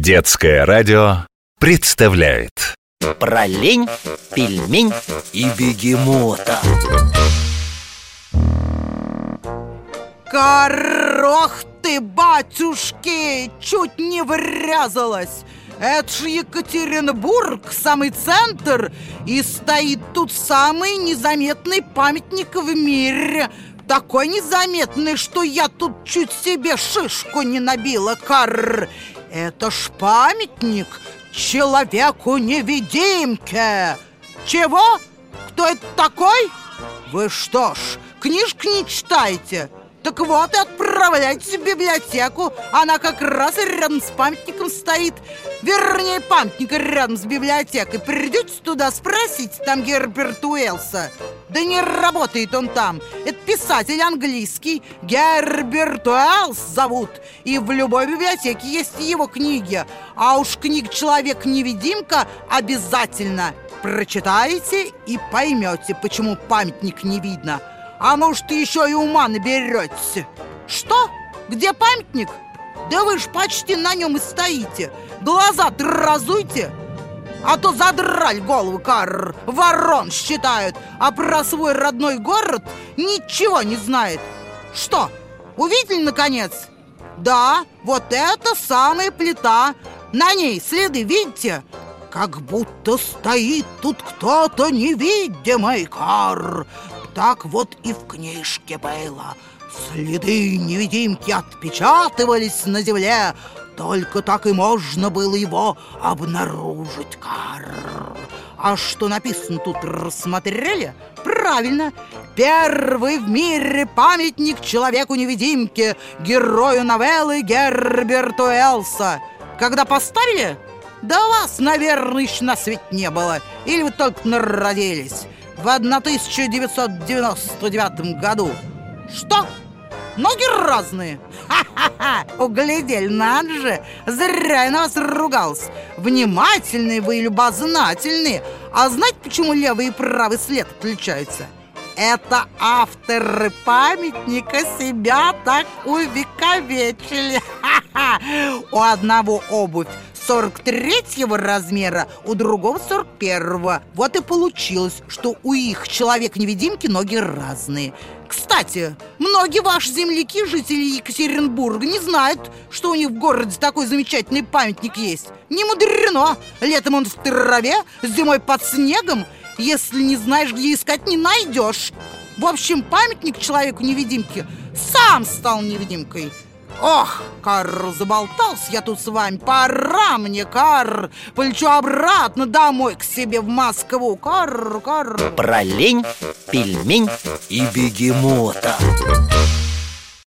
Детское радио представляет Про лень, пельмень и бегемота. Горох ты, батюшки, чуть не врезалась. Это ж Екатеринбург, самый центр. И стоит тут самый незаметный памятник в мире. Такой незаметный, что я тут чуть себе шишку не набила. Это ж памятник человеку-невидимке. Чего? Кто это такой? Вы что ж, книжек не читаете? Так вот и отправляйтесь в библиотеку. Она как раз рядом с памятником стоит. Вернее, памятник рядом с библиотекой. Придете туда, спросите там Герберта Уэллса. Да не работает он там. Это писатель английский. Герберт Уэллс зовут. И в любой библиотеке есть его книги. А уж книг «Человек-невидимка» обязательно прочитаете и поймете, почему памятник не видно. А может, еще и ума наберетесь. Что? Где памятник? Да вы ж почти на нем и стоите. Глаза-то разуйте. А то задраль голову, ворон считают, а про свой родной город ничего не знает. Что, увидели, наконец? Да, вот это самая плита. На ней следы, видите? Как будто стоит тут кто-то невидимый, Так вот и в книжке было. Следы невидимки отпечатывались на земле. Только так и можно было его обнаружить, А что написано тут, рассмотрели? Правильно. Первый в мире памятник человеку-невидимке, герою новеллы Герберта Уэллса. Когда поставили? Да вас, наверное, еще на свете не было. Или вы только народились в 1999 году. Что? Ноги разные? Ха-ха-ха! Углядели, надо же! Зря я на вас ругался. Внимательные вы и любознательные. А знаете, почему левый и правый след отличаются? Это авторы памятника себя так увековечили. Ха-ха! У одного обувь 43-го размера, у другого 41-го. Вот и получилось, что у их человек-невидимки ноги разные. Кстати, многие ваши земляки, жители Екатеринбурга, не знают, что у них в городе такой замечательный памятник есть. Не мудрено. Летом он в траве, зимой под снегом. Если не знаешь, где искать, не найдешь. В общем, памятник человеку-невидимке сам стал невидимкой. Ох, заболтался я тут с вами. Пора мне, полечу обратно домой к себе в Москву. Про лень, пельмень и бегемота.